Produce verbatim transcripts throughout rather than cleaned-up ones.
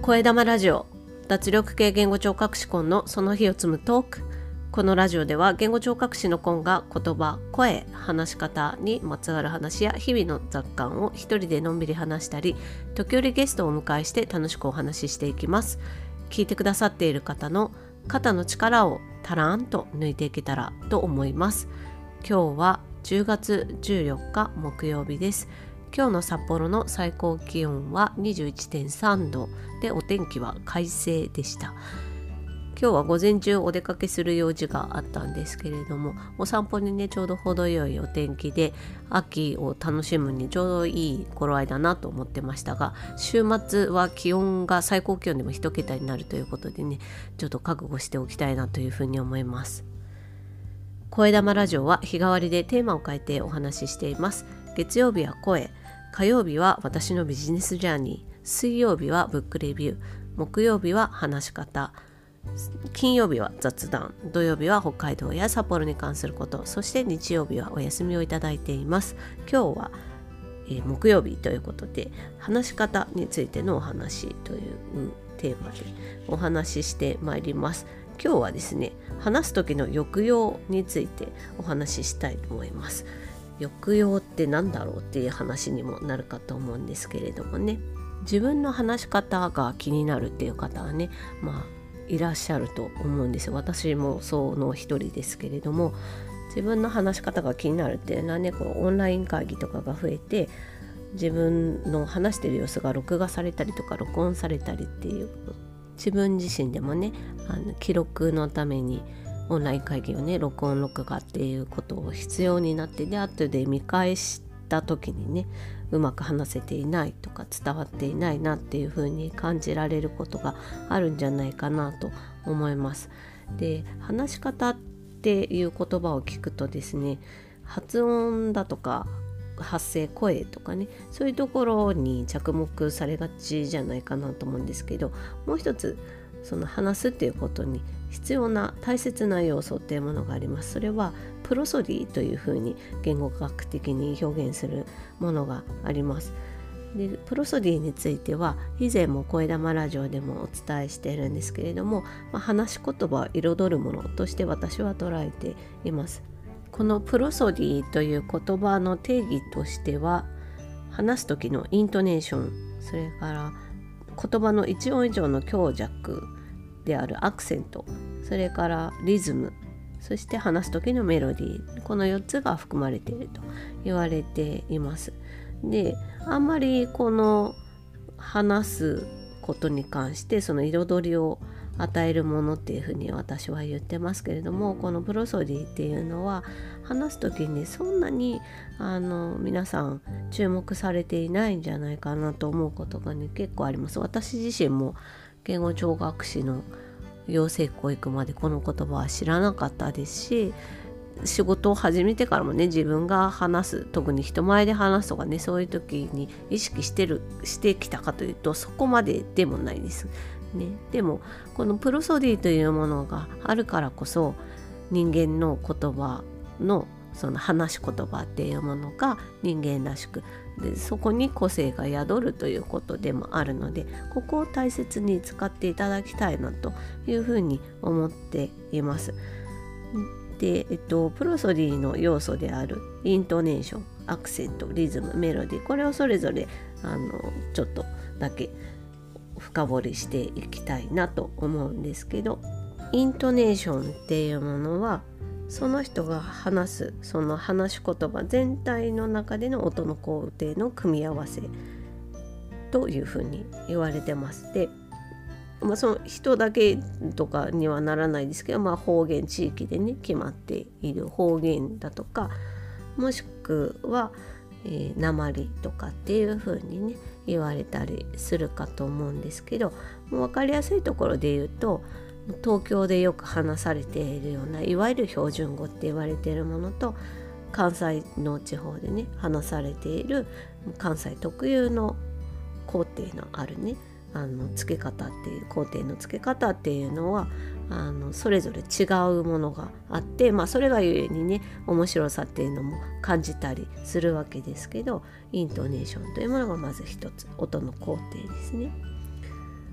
声玉ラジオ、脱力系言語聴覚士コンのその日を積むトーク。このラジオでは言語聴覚士のコンが言葉、声、話し方にまつわる話や日々の雑感を一人でのんびり話したり、時折ゲストをお迎えして楽しくお話ししていきます。聞いてくださっている方の肩の力をたらーんと抜いていけたらと思います。今日はじゅうがつじゅうよっか木曜日です。今日の札幌の最高気温は にじゅういってんさんどで、お天気は快晴でした。今日は午前中お出かけする用事があったんですけれども、お散歩にねちょうど程よいお天気で、秋を楽しむにちょうどいい頃合いだなと思ってましたが、週末は気温が最高気温でも一桁になるということでね、ちょっと覚悟しておきたいなというふうに思います。声玉ラジオは日替わりでテーマを変えてお話ししています。月曜日は声、火曜日は私のビジネスジャーニー、水曜日はブックレビュー、木曜日は話し方、金曜日は雑談、土曜日は北海道や札幌に関すること、そして日曜日はお休みをいただいています。今日は、えー、木曜日ということで、話し方についてのお話という、うん、テーマでお話ししてまいります。今日はですね、話す時の抑揚についてお話ししたいと思います。抑揚って何だろうっていう話にもなるかと思うんですけれどもね、自分の話し方が気になるっていう方はね、まあいらっしゃると思うんですよ。私もその一人ですけれども、自分の話し方が気になるっていうのはね、こうオンライン会議とかが増えて、自分の話している様子が録画されたりとか録音されたりっていう、自分自身でもね、あの記録のためにオンライン会議をね録音録画っていうことを必要になって、で後で見返した時にね、うまく話せていないとか伝わっていないなっていう風に感じられることがあるんじゃないかなと思います。で、話し方っていう言葉を聞くとですね、発音だとか発声、声とかね、そういうところに着目されがちじゃないかなと思うんですけど、もう一つその話すっていうことに必要な大切な要素っていうものがあります。それはプロソディというふうに言語学的に表現するものがあります。で、プロソディについては以前も声玉ラジオでもお伝えしているんですけれども、まあ、話し言葉を彩るものとして私は捉えています。このプロソディという言葉の定義としては、話す時のイントネーション、それから言葉の一音以上の強弱であるアクセント、それからリズム、そして話す時のメロディー、このよっつが含まれていると言われています。で、あんまりこの話すことに関してその彩りを与えるものっていうふうに私は言ってますけれども、このプロソディっていうのは話す時にそんなにあの皆さん注目されていないんじゃないかなと思うことがね、結構あります。私自身も言語聴覚士の養成校行くまでこの言葉は知らなかったですし、仕事を始めてからもね、自分が話す、特に人前で話すとかね、そういう時に意識してるしてきたかというとそこまででもないですね。でもこのプロソディというものがあるからこそ、人間の言葉のその話し言葉っていうものが人間らしく、でそこに個性が宿るということでもあるので、ここを大切に使っていただきたいなというふうに思っています。で、えっと、プロソディの要素であるイントネーション、アクセント、リズム、メロディー、これをそれぞれあのちょっとだけ深掘りしていきたいなと思うんですけど、イントネーションっていうものはその人が話すその話し言葉全体の中での音の工程の組み合わせというふうに言われてます。で、まあ、その人だけとかにはならないですけど、まあ、方言地域でね決まっている方言だとか、もしくは、えー、訛とかっていうふうにね言われたりするかと思うんですけど、もう分かりやすいところで言うと、東京でよく話されているようないわゆる標準語って言われているものと、関西の地方でね話されている関西特有の工程のあるね、あの付け方っていう工程の付け方っていうのはあのそれぞれ違うものがあって、まあ、それがゆえにね面白さっていうのも感じたりするわけですけど、イントネーションというものがまず一つ、音の工程ですね。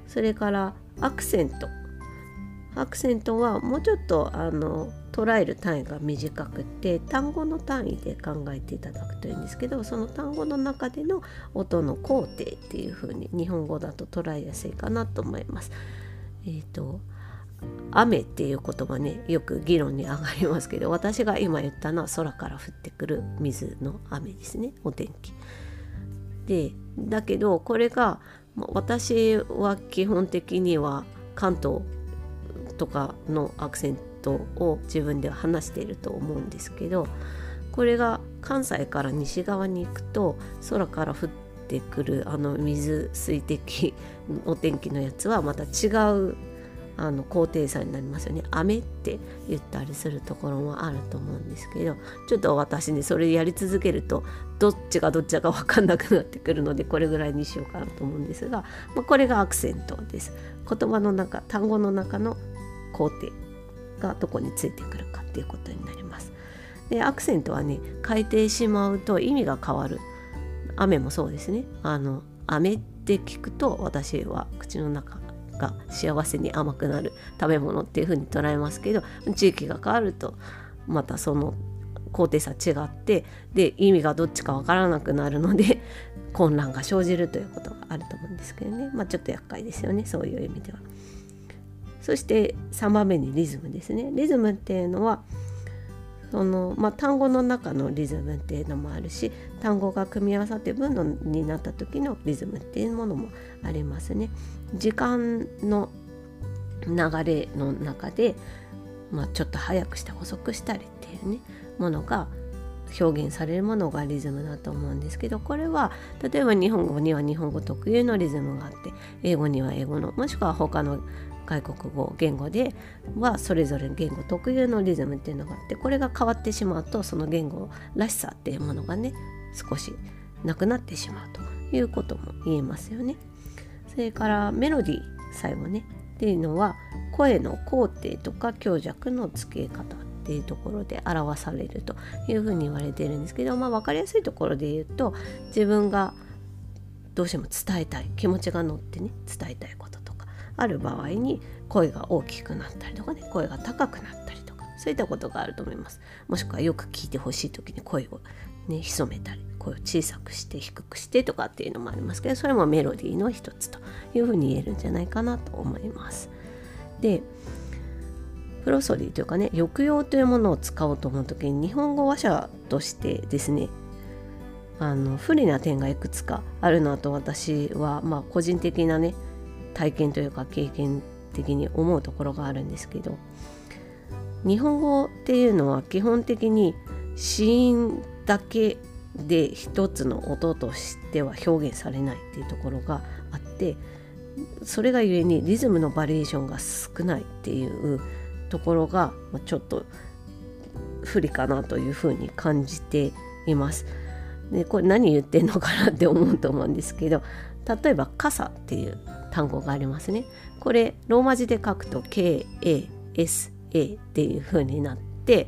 それからアクセント。アクセントはもうちょっとあの捉える単位が短くて、単語の単位で考えていただくといいんですけど、その単語の中での音の高低っていう風に日本語だと捉えやすいかなと思います。えーと雨っていう言葉ね、よく議論に上がりますけど、私が今言ったのは空から降ってくる水の雨ですね、お天気で。だけどこれが私は基本的には関東とかのアクセントを自分では話していると思うんですけど、これが関西から西側に行くと空から降ってくるあの水水滴お天気のやつはまた違うあの高低差になりますよね。雨って言ったりするところもあると思うんですけど、ちょっと私ねそれやり続けるとどっちがどっちか分かんなくなってくるので、これぐらいにしようかなと思うんですが、まあ、これがアクセントです。言葉の中、単語の中の高低がどこについてくるかっていうことになります。でアクセントはね変えてしまうと意味が変わる。雨もそうですね。あの雨って聞くと私は口の中が幸せに甘くなる食べ物っていう風に捉えますけど、地域が変わるとまたその高低差違って、で意味がどっちかわからなくなるので混乱が生じるということがあると思うんですけどね。まあちょっと厄介ですよね、そういう意味では。そしてさんばんめにリズムですね。リズムっていうのはその、まあ、単語の中のリズムっていうのもあるし、単語が組み合わさって文のになった時のリズムっていうものもありますね。時間の流れの中で、まあ、ちょっと早くして遅くしたりっていうねものが表現されるものがリズムだと思うんですけど、これは例えば日本語には日本語特有のリズムがあって、英語には英語の、もしくは他の外国語言語ではそれぞれ言語特有のリズムっていうのがあって、これが変わってしまうとその言語らしさっていうものがね少しなくなってしまうということも言えますよね。それからメロディー最後ねっていうのは声の高低とか強弱の付け方っていうところで表されるというふうに言われているんですけど、まあ分かりやすいところで言うと、自分がどうしても伝えたい気持ちが乗ってね伝えたいこととかある場合に声が大きくなったりとかね、声が高くなったりとか、そういったことがあると思います。もしくはよく聞いてほしい時に声をね潜めたり、声を小さくして低くしてとかっていうのもありますけど、それもメロディーの一つというふうに言えるんじゃないかなと思います。でプロソディというかね、抑揚というものを使おうと思う時に日本語話者としてですね、あの不利な点がいくつかあるなと私はまあ個人的なね体験というか経験的に思うところがあるんですけど、日本語っていうのは基本的に子音だけで一つの音としては表現されないっていうところがあって、それがゆえにリズムのバリエーションが少ないっていうところがちょっと不利かなというふうに感じています。でこれ何言ってんのかなって思うと思うんですけど、例えば傘っていう単語がありますね。これローマ字で書くと ケーエーエスエー っていう風になって、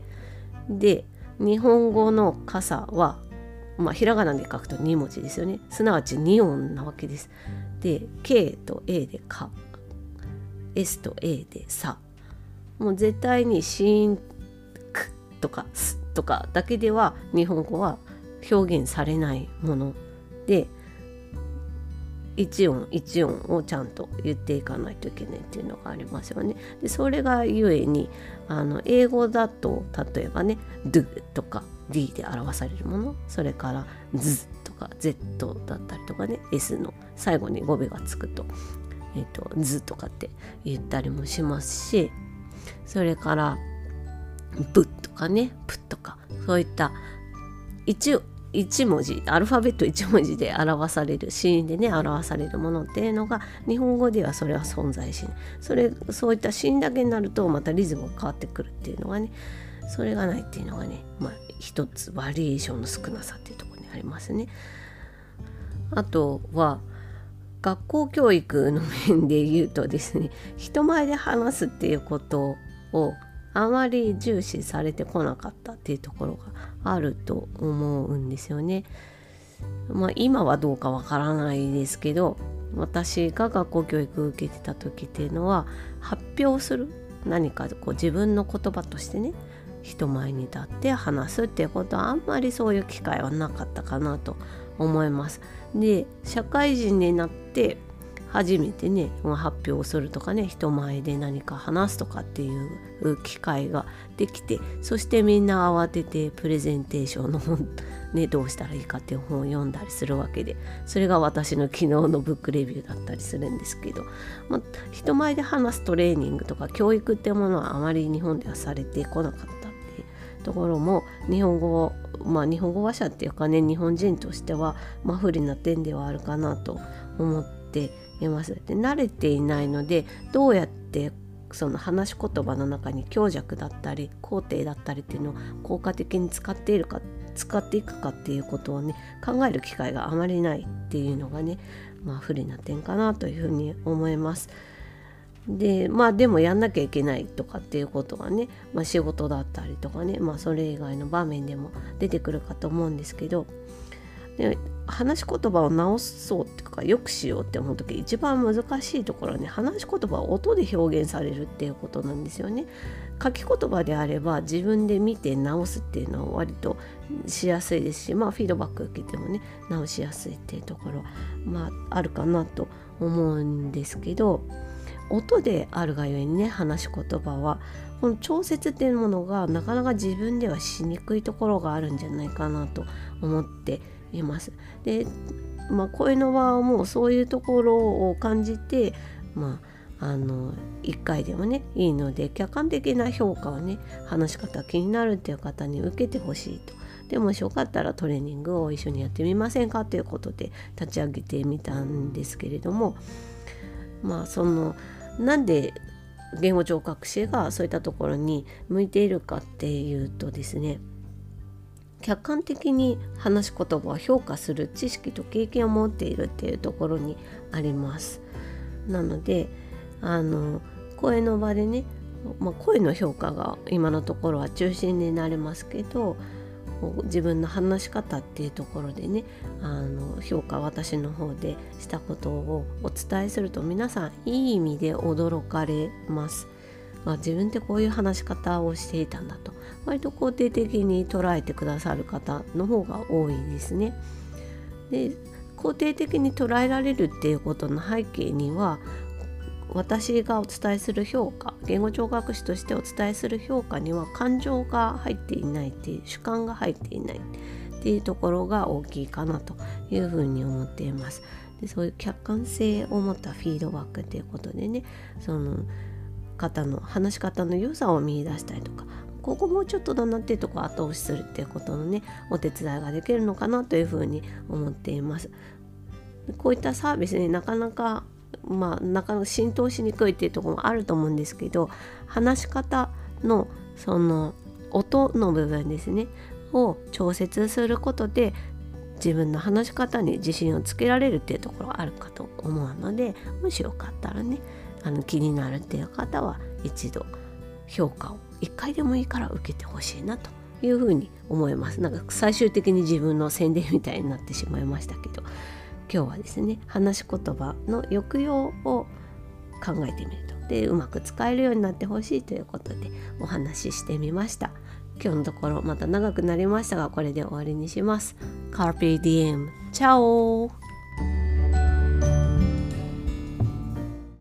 で日本語の傘は、まあ、ひらがなで書くとに文字ですよね。すなわちに音なわけです。で K と A でか、 S と A でさ、もう絶対に子音くとかすとかだけでは日本語は表現されないもので、一音一音をちゃんと言っていかないといけないっていうのがありますよね。でそれがゆえにあの英語だと例えばね do とか d で表されるもの、それから z とか z だったりとかね、 s の最後に語尾がつくと、えーと、z とかって言ったりもしますし、それからぶとかねぷとか、そういった一一文字、アルファベット一文字で表される、子音でね表されるものっていうのが日本語ではそれは存在しない。それそういった子音だけになるとまたリズムが変わってくるっていうのがね、それがないっていうのがね、まあ一つバリエーションの少なさっていうところにありますね。あとは学校教育の面で言うとですね、人前で話すっていうことをあまり重視されてこなかったっていうところがあると思うんですよね。まあ今はどうかわからないですけど、 私が学校教育を受けてた時っていうのは、発表する何かこう自分の言葉としてね、人前に立って話すっていうことはあんまりそういう機会はなかったかなと思います。で、社会人になって初めてね発表するとかね、人前で何か話すとかっていう機会ができて、そしてみんな慌ててプレゼンテーションの本ね、どうしたらいいかっていう本を読んだりするわけで、それが私の昨日のブックレビューだったりするんですけど、まあ、人前で話すトレーニングとか教育っていうものはあまり日本ではされてこなかったっていうところも、日本語をまあ日本語話者っていうかね、日本人としてはまあ不利な点ではあるかなと思っています。で、慣れていないので、どうやってその話し言葉の中に強弱だったり肯定だったりっていうのを効果的に使っているか使っていくかっていうことをね考える機会があまりないっていうのがね、まあ不利な点かなというふうに思います。でまあでもやんなきゃいけないとかっていうことはね、まあ、仕事だったりとかね、まあそれ以外の場面でも出てくるかと思うんですけど、で話し言葉を直そうっていうかよくしようって思う時、一番難しいところはね、話し言葉を音で表現されるっていうことなんですよね。書き言葉であれば自分で見て直すっていうのは割としやすいですし、まあフィードバック受けてもね直しやすいっていうところまああるかなと思うんですけど、音であるがゆえにね、話し言葉はこの調節っていうものがなかなか自分ではしにくいところがあるんじゃないかなと思っています。で、まあ、声の場はもうそういうところを感じて、まあ、あのいっかいでもねいいので、客観的な評価をね、話し方気になるっていう方に受けてほしいと。でもしよかったらトレーニングを一緒にやってみませんかということで立ち上げてみたんですけれども、まあそのなんで言語聴覚士がそういったところに向いているかっていうとですね、客観的に話し言葉を評価する知識と経験を持っているっていうところにあります。なのであの声の場でね、まあ、声の評価が今のところは中心になりますけど、自分の話し方っていうところでね、あの評価私の方でしたことをお伝えすると、皆さんいい意味で驚かれます。あ、自分ってこういう話し方をしていたんだと、割と肯定的に捉えてくださる方の方が多いですね。で、肯定的に捉えられるっていうことの背景には、私がお伝えする評価、言語聴覚士としてお伝えする評価には感情が入っていないっていう、主観が入っていないっていうところが大きいかなというふうに思っています。で、そういう客観性を持ったフィードバックっていうことでね、その方の話し方の良さを見出したりとか、ここもうちょっとだなっていうところを後押しするっていうことのねお手伝いができるのかなというふうに思っています。こういったサービスになかなかまあなかなか浸透しにくいっていうところもあると思うんですけど、話し方のその音の部分ですねを調節することで自分の話し方に自信をつけられるっていうところがあるかと思うので、もしよかったらね、あの気になるっていう方は一度評価をいっかいでもいいから受けてほしいなというふうに思います。なんか最終的に自分の宣伝みたいになってしまいましたけど、今日はですね、話し言葉の抑揚を考えてみると、でうまく使えるようになってほしいということでお話ししてみました。今日のところまた長くなりましたが、これで終わりにします。カルペディエム、チャオ。